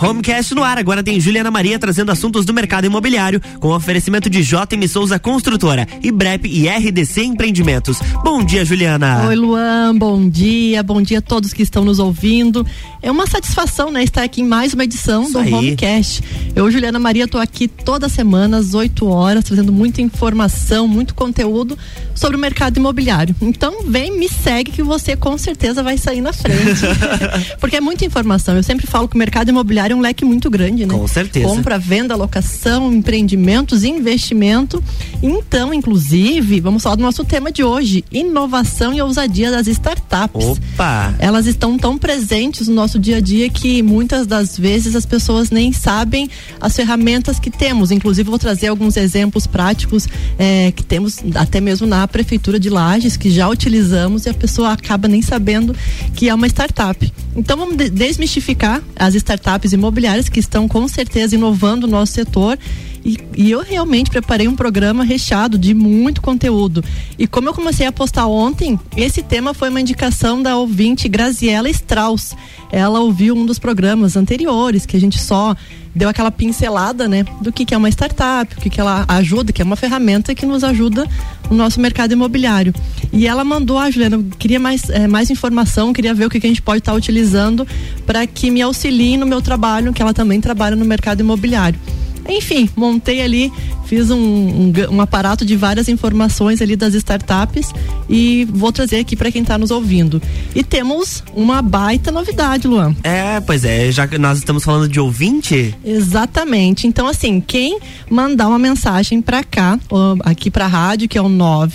Homecast no ar, agora tem Juliana Maria trazendo assuntos do mercado imobiliário, com oferecimento de JM Souza Construtora, IBREP e RDC Empreendimentos. Bom dia, Juliana. Oi, Luan, bom dia a todos que estão nos ouvindo. É uma satisfação, né, estar aqui em mais uma edição do Homecast. Eu, Juliana Maria, tô aqui toda semana às 8 horas, trazendo muita informação, muito conteúdo sobre o mercado imobiliário. Então, vem, me segue que você com certeza vai sair na frente. Porque é muita informação. Eu sempre falo que o mercado imobiliário é um leque muito grande, né? Com certeza. Compra, venda, locação, empreendimentos, investimento. Então, inclusive, vamos falar do nosso tema de hoje: inovação e ousadia das startups. Opa! Elas estão tão presentes no nosso dia a dia que muitas das vezes as pessoas nem sabem as ferramentas que temos. Inclusive, vou trazer alguns exemplos práticos que temos até mesmo na Prefeitura de Lages, que já utilizamos, e a pessoa acaba nem sabendo que é uma startup. Então, vamos desmistificar as startups imobiliárias que estão com certeza inovando o nosso setor. E eu realmente preparei um programa recheado de muito conteúdo. E como eu comecei a postar ontem, esse tema foi uma indicação da ouvinte Graziela Strauss. Ela ouviu um dos programas anteriores, que a gente só deu aquela pincelada, né, do que é uma startup, o que ela ajuda, que é uma ferramenta que nos ajuda no nosso mercado imobiliário. E ela mandou: Juliana, eu queria mais informação, queria ver o que a gente pode estar utilizando para que me auxilie no meu trabalho, que ela também trabalha no mercado imobiliário. Enfim, montei ali, fiz um aparato de várias informações ali das startups e vou trazer aqui para quem está nos ouvindo. E temos uma baita novidade, Luan. Pois é, já que nós estamos falando de ouvinte. Exatamente. Então, assim, quem mandar uma mensagem para cá, aqui para a rádio, que é o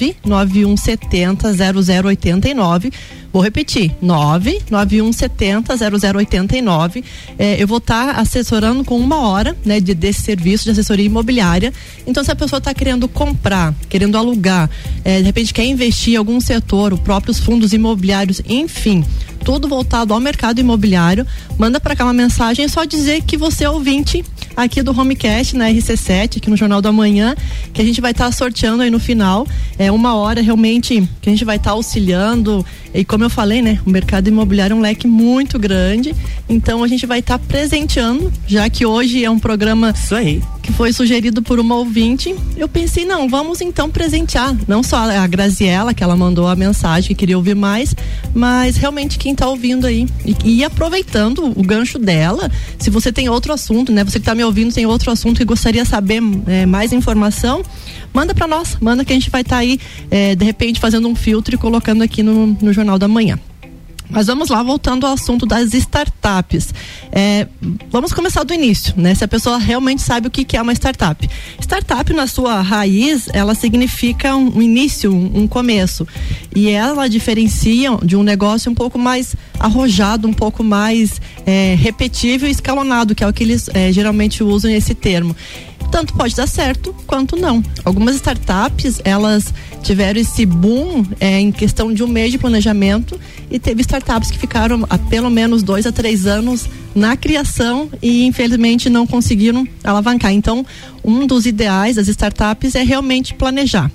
991700089, vou repetir, 991700089. Eu vou estar assessorando com 1 hora, né, desse serviço de assessoria imobiliária. Então, se a pessoa está querendo comprar, querendo alugar, de repente quer investir em algum setor, os próprios fundos imobiliários, enfim, tudo voltado ao mercado imobiliário, manda para cá uma mensagem. É só dizer que você é ouvinte aqui do Homecast na RC7, aqui no Jornal da Manhã, que a gente vai estar sorteando aí no final. 1 hora realmente que a gente vai estar auxiliando. E como eu falei, né, o mercado imobiliário é um leque muito grande, então a gente vai estar presenteando, já que hoje é um programa que foi sugerido por uma ouvinte. Eu pensei, não, vamos então presentear não só a Graziela, que ela mandou a mensagem que queria ouvir mais, mas realmente quem está ouvindo aí e aproveitando o gancho dela. Se você tem outro assunto, né, você que está me ouvindo tem outro assunto que gostaria de saber mais informação, manda para nós, manda que a gente vai estar aí de repente fazendo um filtro e colocando aqui no Jornal da Manhã. Mas vamos lá, voltando ao assunto das startups. Vamos começar do início, né? Se a pessoa realmente sabe o que é uma startup. Startup, na sua raiz, ela significa um início, um começo. E ela diferencia de um negócio um pouco mais arrojado, um pouco mais repetível e escalonado, que é o que eles geralmente usam esse termo. Tanto pode dar certo quanto não. Algumas startups, elas tiveram esse boom em questão de 1 mês de planejamento, e teve startups que ficaram há pelo menos 2 a 3 anos na criação e infelizmente não conseguiram alavancar. Então, um dos ideais das startups é realmente planejar,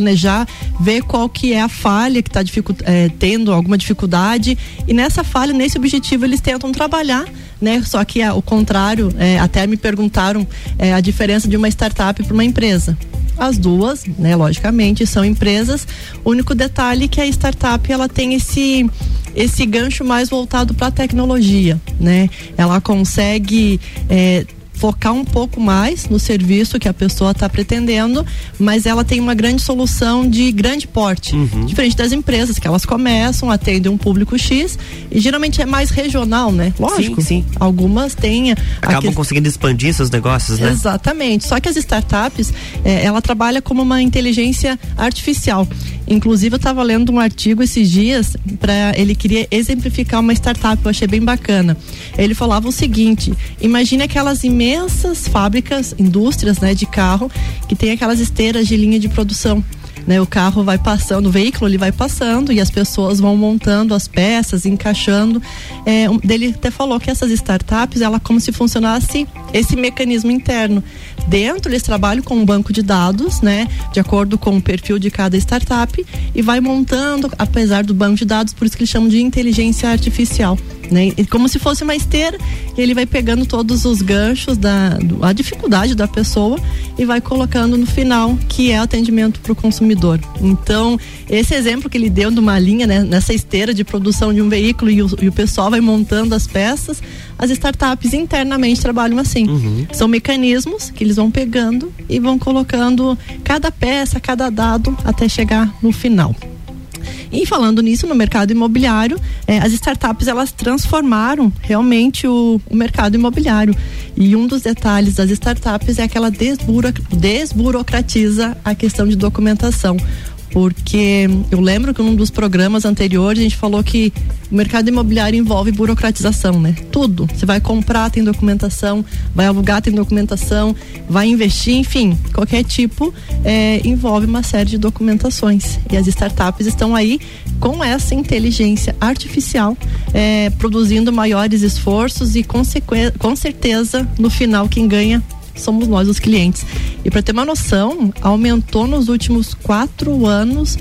ver qual que é a falha que está tendo alguma dificuldade, e nessa falha, nesse objetivo, eles tentam trabalhar, né? Só que o contrário, até me perguntaram a diferença de uma startup para uma empresa. As duas, né, logicamente, são empresas. O único detalhe é que a startup, ela tem esse gancho mais voltado para a tecnologia, né? Ela consegue focar um pouco mais no serviço que a pessoa está pretendendo, mas ela tem uma grande solução de grande porte, diferente das empresas, que elas começam, atendem um público X e geralmente é mais regional, né? Lógico. Sim. Algumas têm acabam conseguindo expandir seus negócios, né? Exatamente. Só que as startups, ela trabalha como uma inteligência artificial. Inclusive, eu estava lendo um artigo esses dias, ele queria exemplificar uma startup, eu achei bem bacana. Ele falava o seguinte: imagine aquelas imensas fábricas, indústrias, né, de carro, que tem aquelas esteiras de linha de produção. né? O carro vai passando, o veículo ele vai passando e as pessoas vão montando as peças, encaixando. Ele até falou que essas startups, ela como se funcionasse esse mecanismo interno. Dentro eles trabalham com um banco de dados, né? De acordo com o perfil de cada startup e vai montando, apesar do banco de dados, por isso que eles chamam de inteligência artificial. né? E como se fosse uma esteira, ele vai pegando todos os ganchos a dificuldade da pessoa e vai colocando no final, que é atendimento para o consumidor. Então, esse exemplo que ele deu de uma linha, né, nessa esteira de produção de um veículo e o pessoal vai montando as peças, as startups internamente trabalham assim. São mecanismos que eles vão pegando e vão colocando cada peça, cada dado até chegar no final. E falando nisso, no mercado imobiliário, as startups, elas transformaram realmente o mercado imobiliário. E um dos detalhes das startups é que ela desburocratiza a questão de documentação. Porque eu lembro que num dos programas anteriores a gente falou que o mercado imobiliário envolve burocratização, né? Tudo. Você vai comprar, tem documentação, vai alugar, tem documentação, vai investir, enfim, qualquer tipo envolve uma série de documentações. E as startups estão aí com essa inteligência artificial produzindo maiores esforços e com certeza no final quem ganha somos nós, os clientes. E para ter uma noção, aumentou nos últimos 4 anos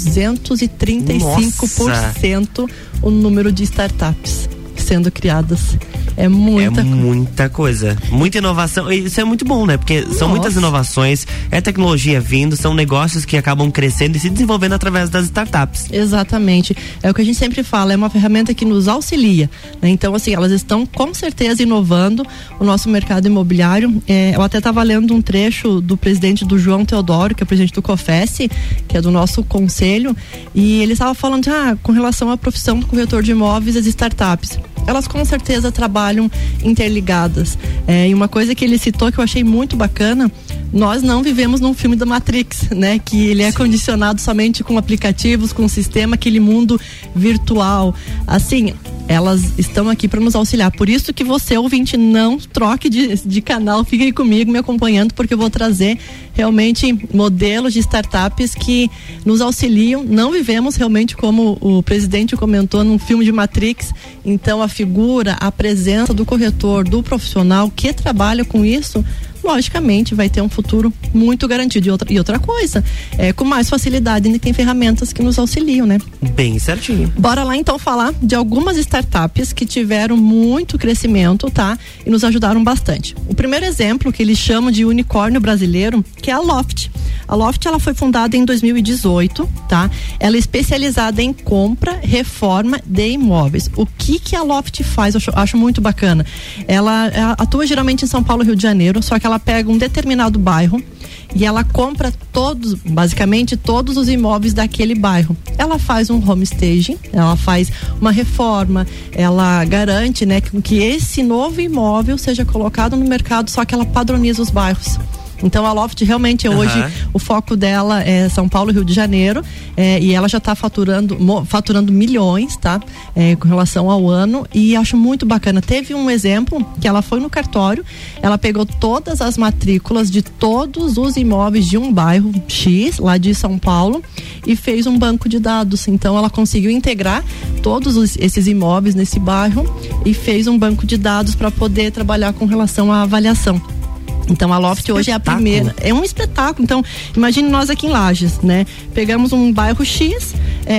235% o número de startups sendo criadas. É muita coisa, muita inovação. Isso é muito bom, né? Porque são muitas inovações, é tecnologia vindo, são negócios que acabam crescendo e se desenvolvendo através das startups. Exatamente. É o que a gente sempre fala, é uma ferramenta que nos auxilia, né? Então, assim, elas estão com certeza inovando o nosso mercado imobiliário. Eu até estava lendo um trecho do presidente do João Teodoro, que é o presidente do COFES, que é do nosso conselho, e ele estava falando com relação à profissão do corretor de imóveis e as startups. Elas com certeza trabalham interligadas. E uma coisa que ele citou que eu achei muito bacana, nós não vivemos num filme da Matrix, né? Que ele é condicionado somente com aplicativos, com um sistema, aquele mundo virtual. Assim, elas estão aqui para nos auxiliar. Por isso que você, ouvinte, não troque de canal, fique aí comigo me acompanhando, porque eu vou trazer realmente modelos de startups que nos auxiliam. Não vivemos realmente, como o presidente comentou, num filme de Matrix. Então a figura, a presença do corretor, do profissional que trabalha com isso, logicamente vai ter um futuro muito garantido. E outra coisa, com mais facilidade, ainda tem ferramentas que nos auxiliam, né? Bem certinho. Bora lá então falar de algumas startups que tiveram muito crescimento, tá? E nos ajudaram bastante. O primeiro exemplo, que eles chamam de unicórnio brasileiro, que é a Loft. A Loft, ela foi fundada em 2018, tá? Ela é especializada em compra, reforma de imóveis. O que a Loft faz? Eu acho muito bacana. Ela atua geralmente em São Paulo, Rio de Janeiro, só que ela pega um determinado bairro e ela compra basicamente todos os imóveis daquele bairro. Ela faz um home staging, ela faz uma reforma, ela garante, né, que esse novo imóvel seja colocado no mercado, só que ela padroniza os bairros. Então a Loft realmente hoje o foco dela é São Paulo e Rio de Janeiro, e ela já está faturando milhões, tá? Com relação ao ano, e acho muito bacana. Teve um exemplo que ela foi no cartório, ela pegou todas as matrículas de todos os imóveis de um bairro X lá de São Paulo e fez um banco de dados. Então ela conseguiu integrar todos esses imóveis nesse bairro e fez um banco de dados para poder trabalhar com relação à avaliação. Então a Loft hoje é a primeira, é um espetáculo. Então imagine nós aqui em Lages, né? Pegamos um bairro X,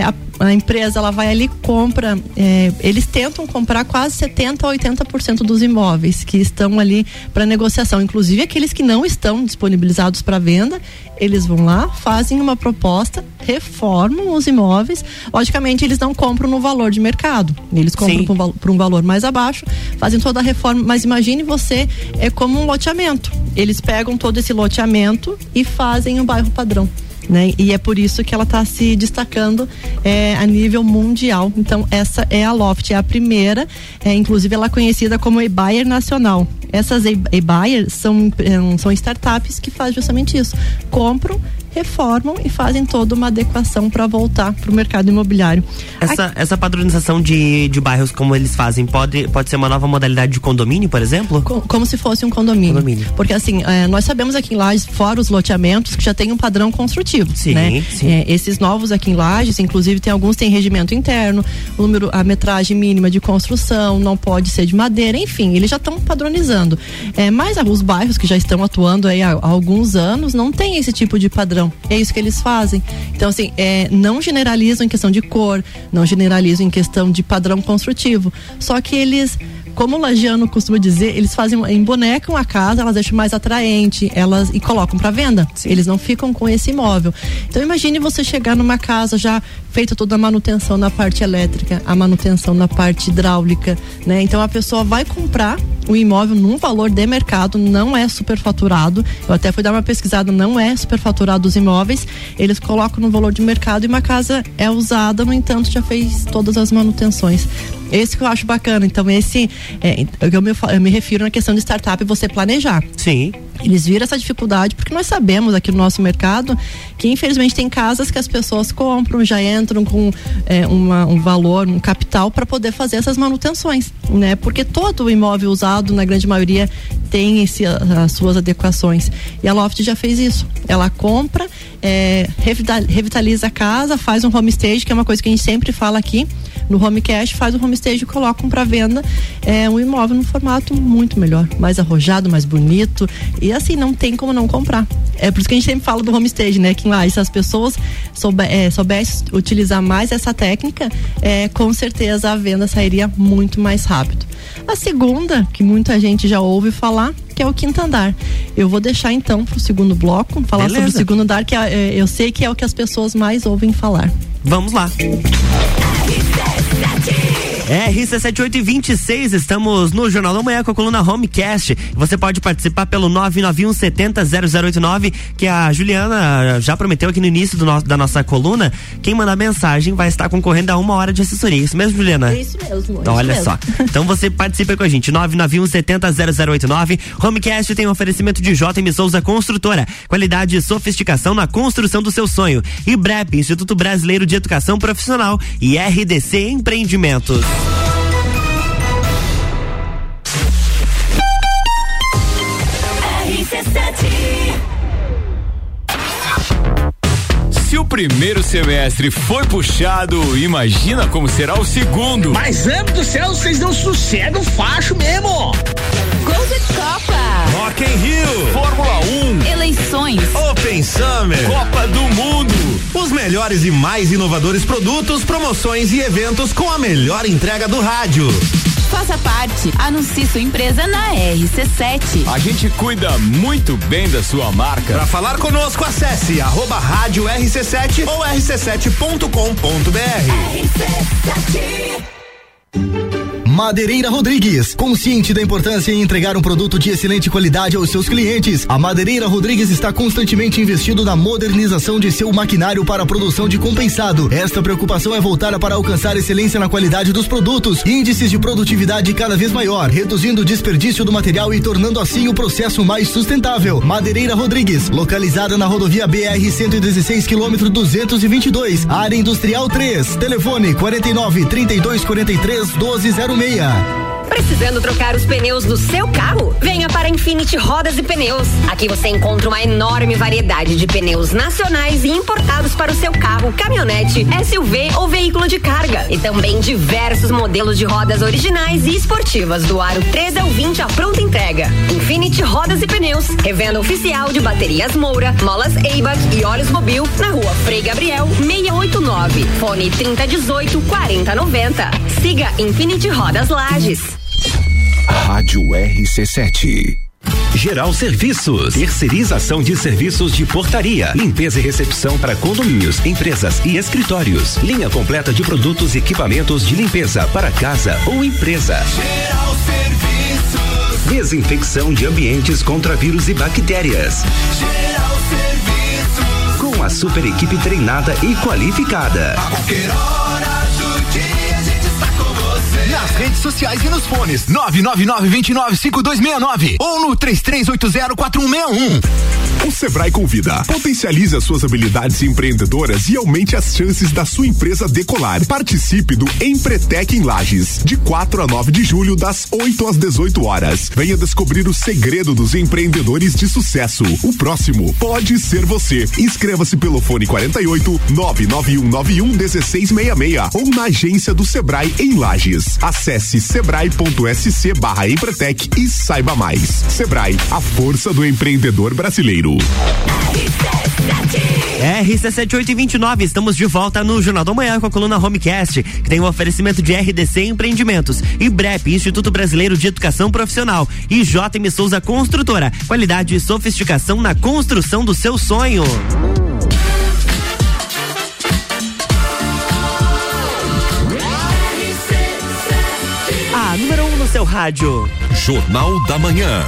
a empresa ela vai ali, compra, eles tentam comprar quase 70% a 80% dos imóveis que estão ali para negociação, inclusive aqueles que não estão disponibilizados para venda, eles vão lá, fazem uma proposta, reformam os imóveis. Logicamente eles não compram no valor de mercado, eles compram por um valor mais abaixo, fazem toda a reforma, mas imagine você, é como um loteamento, eles pegam todo esse loteamento e fazem um bairro padrão, né? E é por isso que ela está se destacando a nível mundial. Então essa é a Loft, é a primeira, inclusive ela é conhecida como e-buyer nacional. Essas e-buyers são startups que fazem justamente isso, compram, reformam e fazem toda uma adequação para voltar para o mercado imobiliário. Essa padronização de bairros, como eles fazem, pode ser uma nova modalidade de condomínio, por exemplo? Como se fosse um condomínio. Porque assim, nós sabemos aqui em Lages, fora os loteamentos, que já tem um padrão construtivo, né? Sim. Esses novos aqui em Lages, inclusive alguns têm regimento interno, a metragem mínima de construção não pode ser de madeira, enfim, eles já estão padronizando. utilizando. Mas os bairros que já estão atuando aí há alguns anos não tem esse tipo de padrão. É isso que eles fazem. Então, assim, não generalizam em questão de cor, não generalizam em questão de padrão construtivo. Só que eles, como o lagiano costuma dizer, eles embonecam a casa, elas deixam mais atraente, e colocam para venda. Sim. Eles não ficam com esse imóvel. Então imagine você chegar numa casa já feita toda a manutenção na parte elétrica, a manutenção na parte hidráulica, né? Então a pessoa vai comprar o imóvel num valor de mercado, não é superfaturado. Eu até fui dar uma pesquisada, não é superfaturado os imóveis. Eles colocam no valor de mercado e uma casa é usada, no entanto, já fez todas as manutenções. Esse que eu acho bacana. Então eu me refiro na questão de startup, você planejar. Sim. Eles viram essa dificuldade porque nós sabemos aqui no nosso mercado que infelizmente tem casas que as pessoas compram, já entram com um valor, um capital para poder fazer essas manutenções, né? Porque todo o imóvel usado, na grande maioria, tem as suas adequações. E a Loft já fez isso. Ela compra, revitaliza a casa, faz um homestage, que é uma coisa que a gente sempre fala aqui no Homecast, faz o homestage e colocam para venda um imóvel num formato muito melhor, mais arrojado, mais bonito, e assim, não tem como não comprar. É por isso que a gente sempre fala do homestage, né? Que lá, se as pessoas soubessem utilizar mais essa técnica, com certeza a venda sairia muito mais rápido. A segunda, que muita gente já ouve falar, que é o quinto andar. Eu vou deixar então pro segundo bloco, falar sobre o segundo andar, que eu sei que é o que as pessoas mais ouvem falar. Vamos lá. RC7826, estamos no Jornal da Manhã com a coluna Homecast. Você pode participar pelo 991700089, que a Juliana já prometeu aqui no início da nossa coluna. Quem mandar mensagem vai estar concorrendo a 1 hora de assessoria. Isso mesmo, Juliana? É isso mesmo. Então, olha só. Então você participa com a gente, 991700089. Homecast tem um oferecimento de J.M. Souza Construtora. Qualidade e sofisticação na construção do seu sonho. E BREP, Instituto Brasileiro de Educação Profissional, e RDC Empreendimentos. Se o primeiro semestre foi puxado, imagina como será o segundo. Mas, amo do céu, vocês não sossegam facho mesmo. Gols de Copa, Rock in Rio, Fórmula 1, eleições, Open Summer, Copa do Mundo. Os melhores e mais inovadores produtos, promoções e eventos com a melhor entrega do rádio. Faça parte, anuncie sua empresa na RC7. A gente cuida muito bem da sua marca. Para falar conosco, acesse @rádio RC7 ou rc7.com.br. RC7. Madeireira Rodrigues, consciente da importância em entregar um produto de excelente qualidade aos seus clientes, a Madeireira Rodrigues está constantemente investindo na modernização de seu maquinário para a produção de compensado. Esta preocupação é voltada para alcançar excelência na qualidade dos produtos, índices de produtividade cada vez maior, reduzindo o desperdício do material e tornando assim o processo mais sustentável. Madeireira Rodrigues, localizada na rodovia BR-116, quilômetro 222, área industrial 3, telefone 49-3243-1206. Precisando trocar os pneus do seu carro? Venha para Infinity Rodas e Pneus. Aqui você encontra uma enorme variedade de pneus nacionais e importados para o seu carro, caminhonete, SUV ou veículo de carga. E também diversos modelos de rodas originais e esportivas do aro 13 ao 20 à pronta entrega. Infinity Rodas e Pneus, revenda oficial de baterias Moura, molas Eibach e óleos Mobil, na rua Frei Gabriel 689, fone 3018-4090. Siga Infinity Rodas Lages. Rádio RC7. Geral Serviços, terceirização de serviços de portaria, limpeza e recepção para condomínios, empresas e escritórios. Linha completa de produtos e equipamentos de limpeza para casa ou empresa. Geral Serviços. Desinfecção de ambientes contra vírus e bactérias. Geral Serviços. Com a super equipe treinada e qualificada. A qualquer hora do dia a gente está com você. Nas redes sociais e nos fones 999-295269 ou no 33804161. O Sebrae convida. Potencialize as suas habilidades empreendedoras e aumente as chances da sua empresa decolar. Participe do Empretec em Lages, de 4 a 9 de julho, das 8 às 18 horas. Venha descobrir o segredo dos empreendedores de sucesso. O próximo pode ser você. Inscreva-se pelo fone 48 99191 1666 ou na agência do Sebrae em Lages. Acesse sebrae.sc/Empretec e saiba mais. Sebrae, a força do empreendedor brasileiro. RC7829, estamos de volta no Jornal da Manhã com a coluna Homecast, que tem um oferecimento de RDC Empreendimentos, IBREP, Instituto Brasileiro de Educação Profissional, e JM Souza Construtora, qualidade e sofisticação na construção do seu sonho. A número 1 no seu rádio. Jornal da Manhã.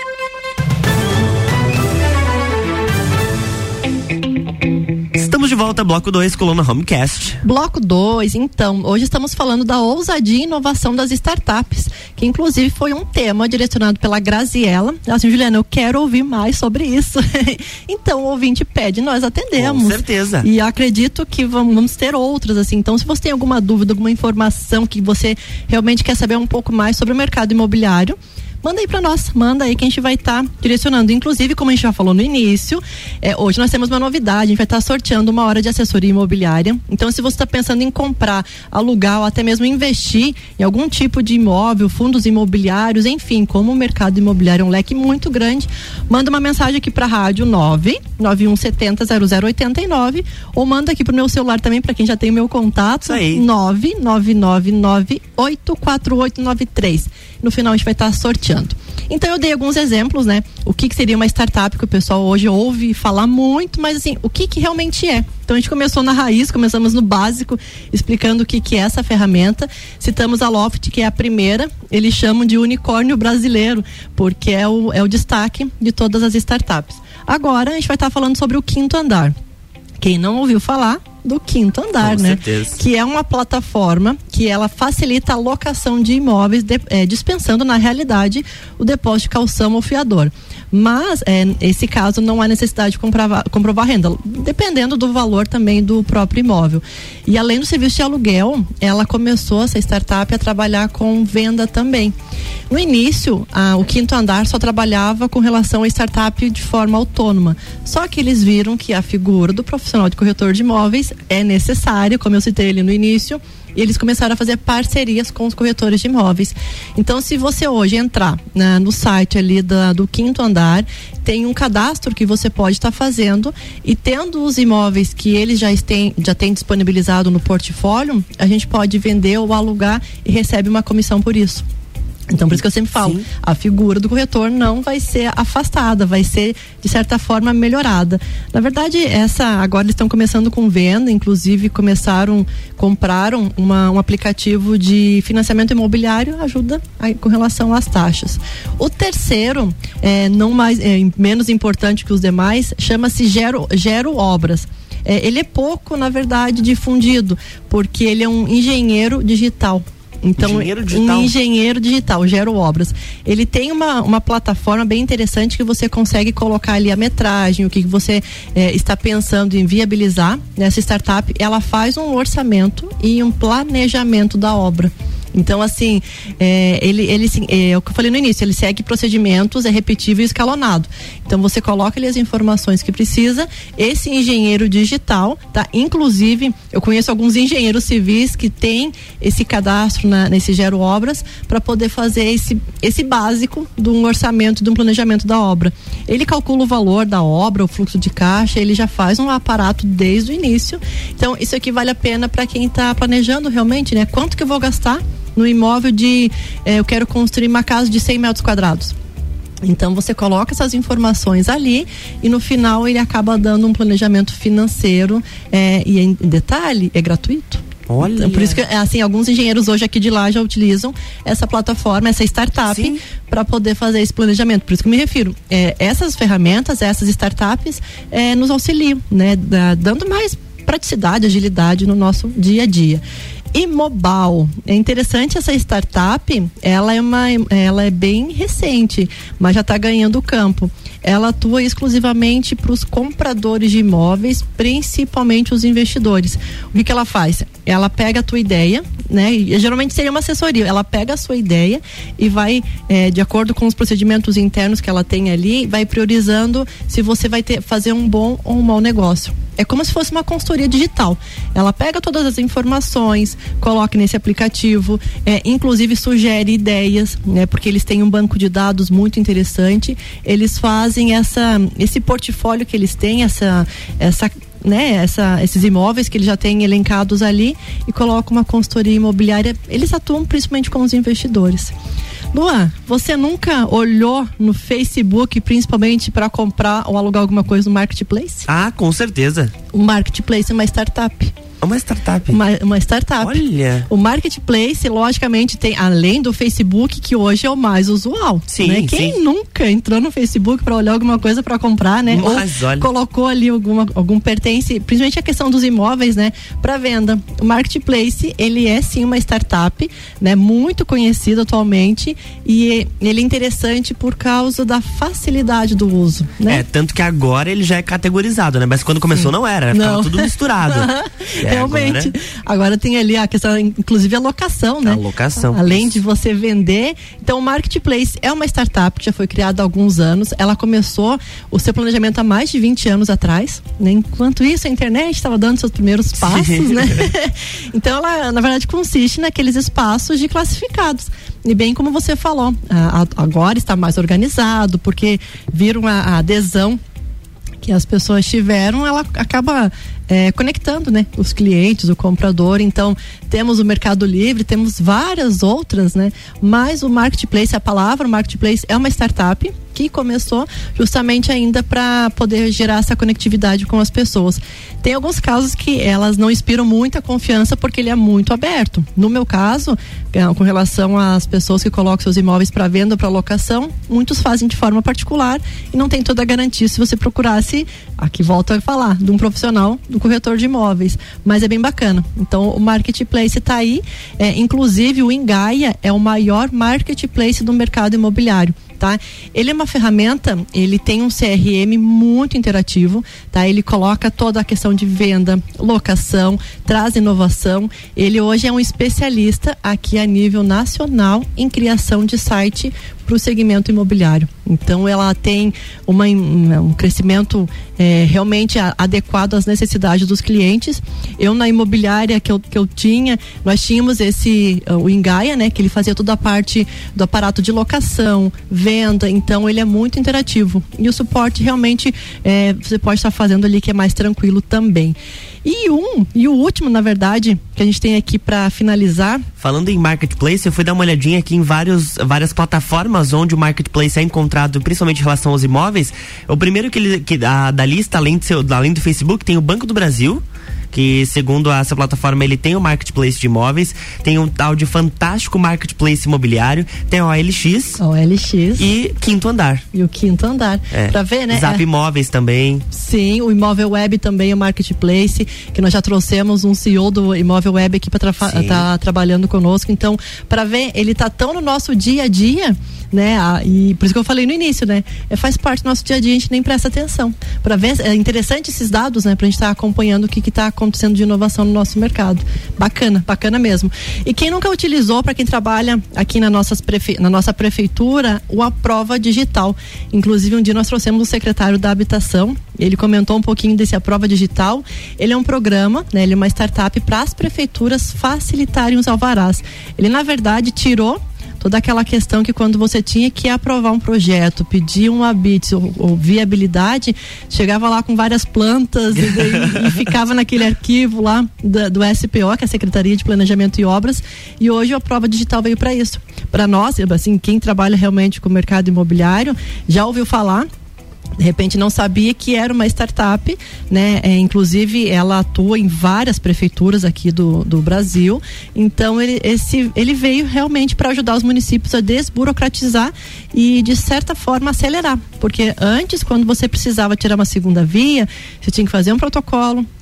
Estamos de volta, bloco 2, coluna Homecast. Bloco 2, então, hoje estamos falando da ousadia e inovação das startups, que inclusive foi um tema direcionado pela Graziella. Assim, Juliana, eu quero ouvir mais sobre isso. Então, o ouvinte pede, nós atendemos. Com certeza. E acredito que vamos ter outras, assim. Então, se você tem alguma dúvida, alguma informação que você realmente quer saber um pouco mais sobre o mercado imobiliário, manda aí pra nós, manda aí que a gente vai estar direcionando. Inclusive, como a gente já falou no início, hoje nós temos uma novidade, a gente vai estar sorteando 1 hora de assessoria imobiliária. Então, se você está pensando em comprar, alugar ou até mesmo investir em algum tipo de imóvel, fundos imobiliários, enfim, como o mercado imobiliário é um leque muito grande, manda uma mensagem aqui pra rádio 991700089 ou manda aqui pro meu celular também, pra quem já tem o meu contato, 999984893. No final a gente vai estar sorteando. Então eu dei alguns exemplos, né? O que seria uma startup, que o pessoal hoje ouve falar muito, mas assim, o que realmente é? Então a gente começou na raiz, começamos no básico, explicando o que é essa ferramenta. Citamos a Loft, que é a primeira, eles chamam de unicórnio brasileiro, porque é o destaque de todas as startups. Agora a gente vai estar falando sobre o Quinto Andar. Quem não ouviu falar do Quinto Andar, com né? certeza. Que é uma plataforma que ela facilita a locação de imóveis, dispensando na realidade o depósito de calção ou fiador. Mas, nesse caso, não há necessidade de comprovar renda, dependendo do valor também do próprio imóvel. E além do serviço de aluguel, ela começou, essa startup, a trabalhar com venda também. No início, o Quinto Andar só trabalhava com relação à startup de forma autônoma. Só que eles viram que a figura do profissional de corretor de imóveis é necessária, como eu citei ali no início, e eles começaram a fazer parcerias com os corretores de imóveis. Então, se você hoje entrar no site ali do Quinto Andar, tem um cadastro que você pode estar fazendo, e tendo os imóveis que eles já têm disponibilizado no portfólio, a gente pode vender ou alugar e recebe uma comissão por isso. Então, por isso que eu sempre falo, a figura do corretor não vai ser afastada, vai ser, de certa forma, melhorada. Na verdade, agora eles estão começando com venda, inclusive compraram um aplicativo de financiamento imobiliário, ajuda com relação às taxas. O terceiro, menos importante que os demais, chama-se Gero Obras. Ele é pouco, na verdade, difundido, porque ele é um engenheiro digital. Então, um engenheiro digital, Gero Obras. Ele tem uma plataforma bem interessante que você consegue colocar ali a metragem, o que você está pensando em viabilizar nessa startup. Ela faz um orçamento e um planejamento da obra. Então, assim, é o que eu falei no início, ele segue procedimentos, é repetível e escalonado. Então, você coloca ali as informações que precisa, esse engenheiro digital, tá? Inclusive, eu conheço alguns engenheiros civis que têm esse cadastro nesse Gero Obras para poder fazer esse básico de um orçamento, de um planejamento da obra. Ele calcula o valor da obra, o fluxo de caixa, ele já faz um aparato desde o início. Então, isso aqui vale a pena para quem está planejando realmente, né? Quanto que eu vou gastar no imóvel eu quero construir uma casa de 100 metros quadrados. Então você coloca essas informações ali e no final ele acaba dando um planejamento financeiro e em detalhe, é gratuito. Olha. Então, por isso que, assim, alguns engenheiros hoje aqui de lá já utilizam essa plataforma, essa startup, para poder fazer esse planejamento. Por isso que eu me refiro. Essas ferramentas, essas startups nos auxiliam, né? Dando mais praticidade, agilidade no nosso dia a dia. Imobal. É interessante essa startup, ela é bem recente, mas já está ganhando campo. Ela atua exclusivamente para os compradores de imóveis, principalmente os investidores. O que ela faz? Ela pega a tua ideia, né? E geralmente seria uma assessoria. Ela pega a sua ideia e vai, de acordo com os procedimentos internos que ela tem ali, vai priorizando se você vai fazer um bom ou um mau negócio. É como se fosse uma consultoria digital. Ela pega todas as informações, coloca nesse aplicativo, inclusive sugere ideias, né? Porque eles têm um banco de dados muito interessante. Eles fazem esse portfólio que eles têm, esses imóveis que eles já têm elencados ali e colocam uma consultoria imobiliária. Eles atuam principalmente com os investidores. Luan, você nunca olhou no Facebook, principalmente para comprar ou alugar alguma coisa no Marketplace? Ah, com certeza. O Marketplace é uma startup. Uma startup? Uma startup. Olha. O Marketplace, logicamente, tem, além do Facebook, que hoje é o mais usual. Sim, né? Quem sim. nunca entrou no Facebook para olhar alguma coisa para comprar, né? Mas, ou olha. colocou ali algum pertence, principalmente a questão dos imóveis, né? Para venda. O Marketplace, ele é sim uma startup, né? Muito conhecido atualmente e ele é interessante por causa da facilidade do uso, né? Tanto que agora ele já é categorizado, né? Mas quando começou não era, ficava tudo misturado. Realmente. Agora tem ali a questão, inclusive a locação, né? A locação. Além de você vender. Então, o Marketplace é uma startup que já foi criada há alguns anos. Ela começou o seu planejamento há mais de 20 anos atrás, né? Enquanto isso, a internet estava dando seus primeiros passos, né? Então, ela, na verdade, consiste naqueles espaços de classificados. E bem como você falou, agora está mais organizado, porque viram a adesão que as pessoas tiveram, ela acaba conectando, né, os clientes, o comprador. Então, temos o Mercado Livre, temos várias outras, né, mas o Marketplace, a palavra Marketplace é uma startup que começou justamente ainda para poder gerar essa conectividade com as pessoas. Tem alguns casos que elas não inspiram muita confiança porque ele é muito aberto. No meu caso, com relação às pessoas que colocam seus imóveis para venda ou para locação, muitos fazem de forma particular e não tem toda a garantia se você procurasse, aqui volto a falar, de um profissional do corretor de imóveis, mas é bem bacana. Então, o Marketplace está aí, inclusive o Engaia é o maior marketplace do mercado imobiliário. Tá? Ele é uma ferramenta, ele tem um CRM muito interativo, tá? Ele coloca toda a questão de venda, locação, traz inovação. Ele hoje é um especialista aqui a nível nacional em criação de site para o segmento imobiliário. Então, ela tem um crescimento realmente adequado às necessidades dos clientes. Eu, na imobiliária que eu tinha, nós tínhamos o Engaia, né? Que ele fazia toda a parte do aparato de locação, venda. Então, ele é muito interativo. E o suporte realmente você pode estar fazendo ali que é mais tranquilo também. E o último, na verdade, que a gente tem aqui para finalizar. Falando em Marketplace, eu fui dar uma olhadinha aqui em várias plataformas onde o Marketplace é encontrado, principalmente em relação aos imóveis. O primeiro da lista, além do Facebook, tem o Banco do Brasil, que segundo essa plataforma ele tem o Marketplace de imóveis, tem um tal de Fantástico Marketplace Imobiliário, tem o OLX e Quinto Andar. E o Quinto Andar. Pra ver, né? Zap Imóveis também. Sim, o Imóvel Web também é o Marketplace, que nós já trouxemos um CEO do Imóvel Web aqui para tá trabalhando conosco. Então, para ver, ele tá tão no nosso dia a dia, né? E por isso que eu falei no início, né? Faz parte do nosso dia a dia, a gente nem presta atenção. Para ver, é interessante esses dados, né? Pra gente estar acompanhando o que tá acontecendo de inovação no nosso mercado. Bacana mesmo. E quem nunca utilizou, para quem trabalha aqui na nossa prefeitura, o Aprova Digital. Inclusive, um dia nós trouxemos o secretário da Habitação, ele comentou um pouquinho desse Aprova Digital. Ele é um programa, né? Ele é uma startup para as prefeituras facilitarem os alvarás. Ele, na verdade, tirou toda aquela questão que quando você tinha que aprovar um projeto, pedir um habite ou viabilidade, chegava lá com várias plantas e ficava naquele arquivo lá do SPO, que é a Secretaria de Planejamento e Obras, e hoje a Aprova Digital veio para isso. Para nós, assim, quem trabalha realmente com o mercado imobiliário, já ouviu falar, de repente não sabia que era uma startup, né? Inclusive ela atua em várias prefeituras aqui do Brasil. Então ele veio realmente para ajudar os municípios a desburocratizar e de certa forma acelerar, porque antes, quando você precisava tirar uma segunda via, você tinha que fazer um protocolo,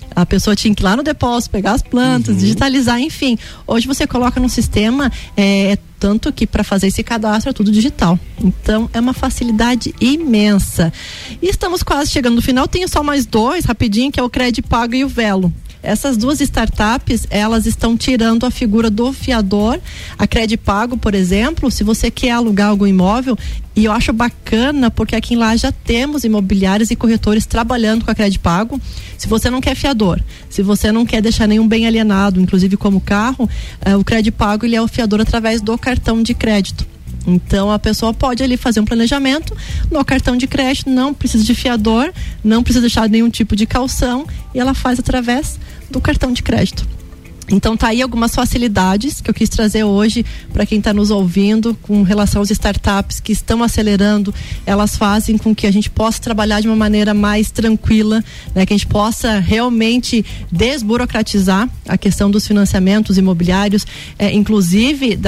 A pessoa tinha que ir lá no depósito, pegar as plantas, digitalizar, enfim. Hoje você coloca no sistema, tanto que para fazer esse cadastro é tudo digital. Então é uma facilidade imensa. E estamos quase chegando no final. Tenho só mais dois rapidinho, que é o Credipago e o Velo. Essas duas startups, elas estão tirando a figura do fiador. A Credipago, por exemplo, se você quer alugar algum imóvel, e eu acho bacana, porque aqui em Lages já temos imobiliários e corretores trabalhando com a Credipago. Se você não quer fiador, se você não quer deixar nenhum bem alienado, inclusive como carro, o Credipago, ele é o fiador através do cartão de crédito. Então a pessoa pode ali fazer um planejamento no cartão de crédito, não precisa de fiador, não precisa deixar nenhum tipo de caução, e ela faz através do cartão de crédito. Então tá aí algumas facilidades que eu quis trazer hoje para quem está nos ouvindo com relação às startups que estão acelerando. Elas fazem com que a gente possa trabalhar de uma maneira mais tranquila, né? Que a gente possa realmente desburocratizar a questão dos financiamentos imobiliários, inclusive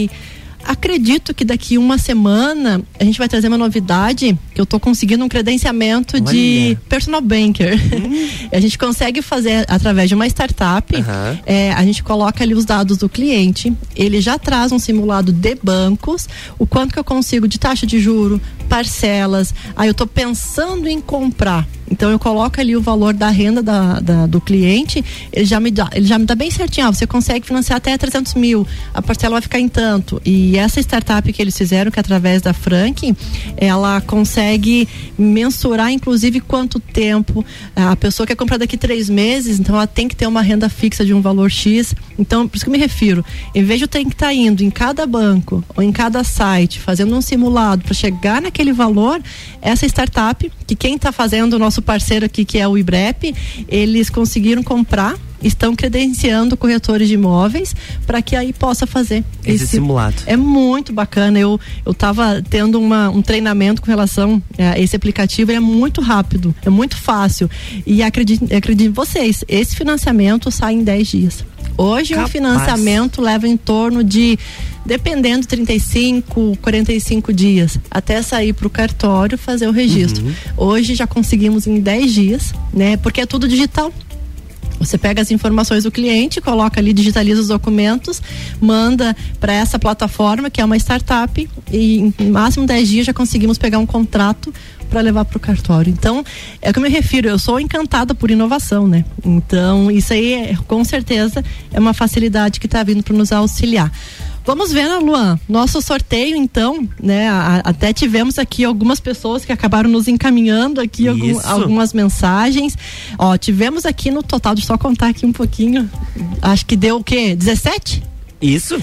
acredito que daqui uma semana a gente vai trazer uma novidade, que eu tô conseguindo um credenciamento de personal banker. A gente consegue fazer através de uma startup, a gente coloca ali os dados do cliente, ele já traz um simulado de bancos, o quanto que eu consigo de taxa de juro, parcelas, aí eu tô pensando em comprar, então eu coloco ali o valor da renda do cliente, ele já me dá bem certinho, você consegue financiar até 300 mil, a parcela vai ficar em tanto. E essa startup que eles fizeram, que é através da Frank, ela consegue mensurar inclusive quanto tempo a pessoa quer comprar daqui 3 meses, então ela tem que ter uma renda fixa de um valor X. Então, por isso que eu me refiro, em vez de eu ter que estar indo em cada banco ou em cada site, fazendo um simulado para chegar naquele valor, essa startup, que quem está fazendo, o nosso parceiro aqui, que é o IBREP, eles conseguiram comprar, estão credenciando corretores de imóveis para que aí possa fazer esse simulado. É muito bacana. Eu estava tendo um treinamento com relação a esse aplicativo, é muito rápido, é muito fácil, e acredito em vocês, esse financiamento sai em 10 dias. Hoje um financiamento leva em torno de, dependendo, 35, 45 dias até sair para o cartório fazer o registro. Hoje já conseguimos em 10 dias, né? Porque é tudo digital. Você pega as informações do cliente, coloca ali, digitaliza os documentos, manda para essa plataforma, que é uma startup, e em máximo 10 dias já conseguimos pegar um contrato para levar para o cartório. Então, é o que eu me refiro, eu sou encantada por inovação, né? Então, isso aí, com certeza, é uma facilidade que está vindo para nos auxiliar. Vamos ver, né, Luan? Nosso sorteio, então, né? Até tivemos aqui algumas pessoas que acabaram nos encaminhando aqui algumas mensagens. Ó, tivemos aqui no total, deixa eu só contar aqui um pouquinho. Acho que deu o quê? 17? Isso.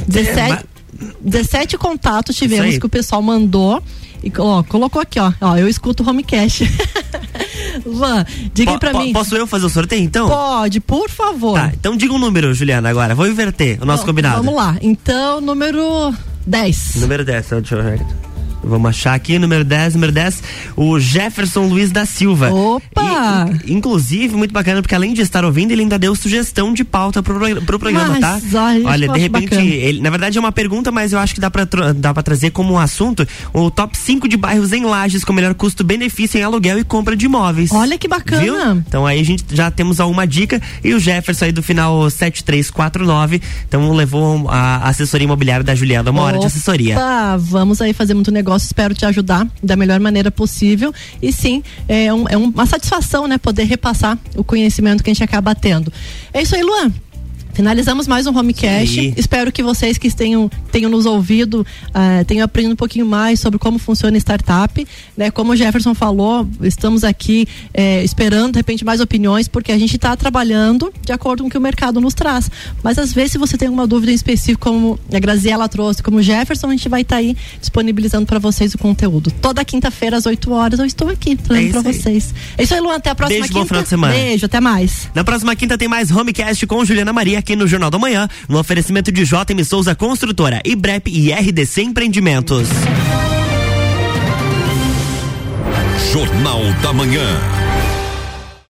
17 contatos tivemos que o pessoal mandou. E, colocou aqui, ó, eu escuto o Homecast. Luan, diga aí pra mim. Posso eu fazer o sorteio, então? Pode, por favor. Tá, então diga um número, Juliana, agora. Vou inverter o nosso combinado. Vamos lá. Então, número 10. Número 10, deixa eu ver. Vamos achar aqui, número 10, o Jefferson Luiz da Silva. Opa! Inclusive, muito bacana, porque além de estar ouvindo, ele ainda deu sugestão de pauta pro programa, tá? Olha, de repente, ele, na verdade é uma pergunta, mas eu acho que dá pra trazer como um assunto o top 5 de bairros em Lages com melhor custo-benefício em aluguel e compra de imóveis. Olha que bacana! Viu? Então aí a gente já temos uma dica, e o Jefferson aí do final 7349, então levou a assessoria imobiliária da Juliana, uma hora de assessoria. Vamos aí fazer muito negócio. Espero te ajudar da melhor maneira possível, e sim, é uma satisfação, né, poder repassar o conhecimento que a gente acaba tendo. É isso aí, Luan. Finalizamos mais um Homecast. Espero que vocês que tenham nos ouvido tenham aprendido um pouquinho mais sobre como funciona a startup, né? Como o Jefferson falou, estamos aqui esperando de repente mais opiniões, porque a gente está trabalhando de acordo com o que o mercado nos traz. Mas às vezes, se você tem alguma dúvida em específico, como a Graziela trouxe, como o Jefferson, a gente vai estar aí disponibilizando para vocês o conteúdo. Toda quinta-feira às 8 horas eu estou aqui trazendo para vocês. É isso aí, Luan. Até a próxima quinta. Bom final de semana. Beijo, até mais. Na próxima quinta tem mais Homecast com Juliana Maria aqui no Jornal da Manhã, no oferecimento de JM Souza Construtora, IBREP e RDC Empreendimentos. Jornal da Manhã.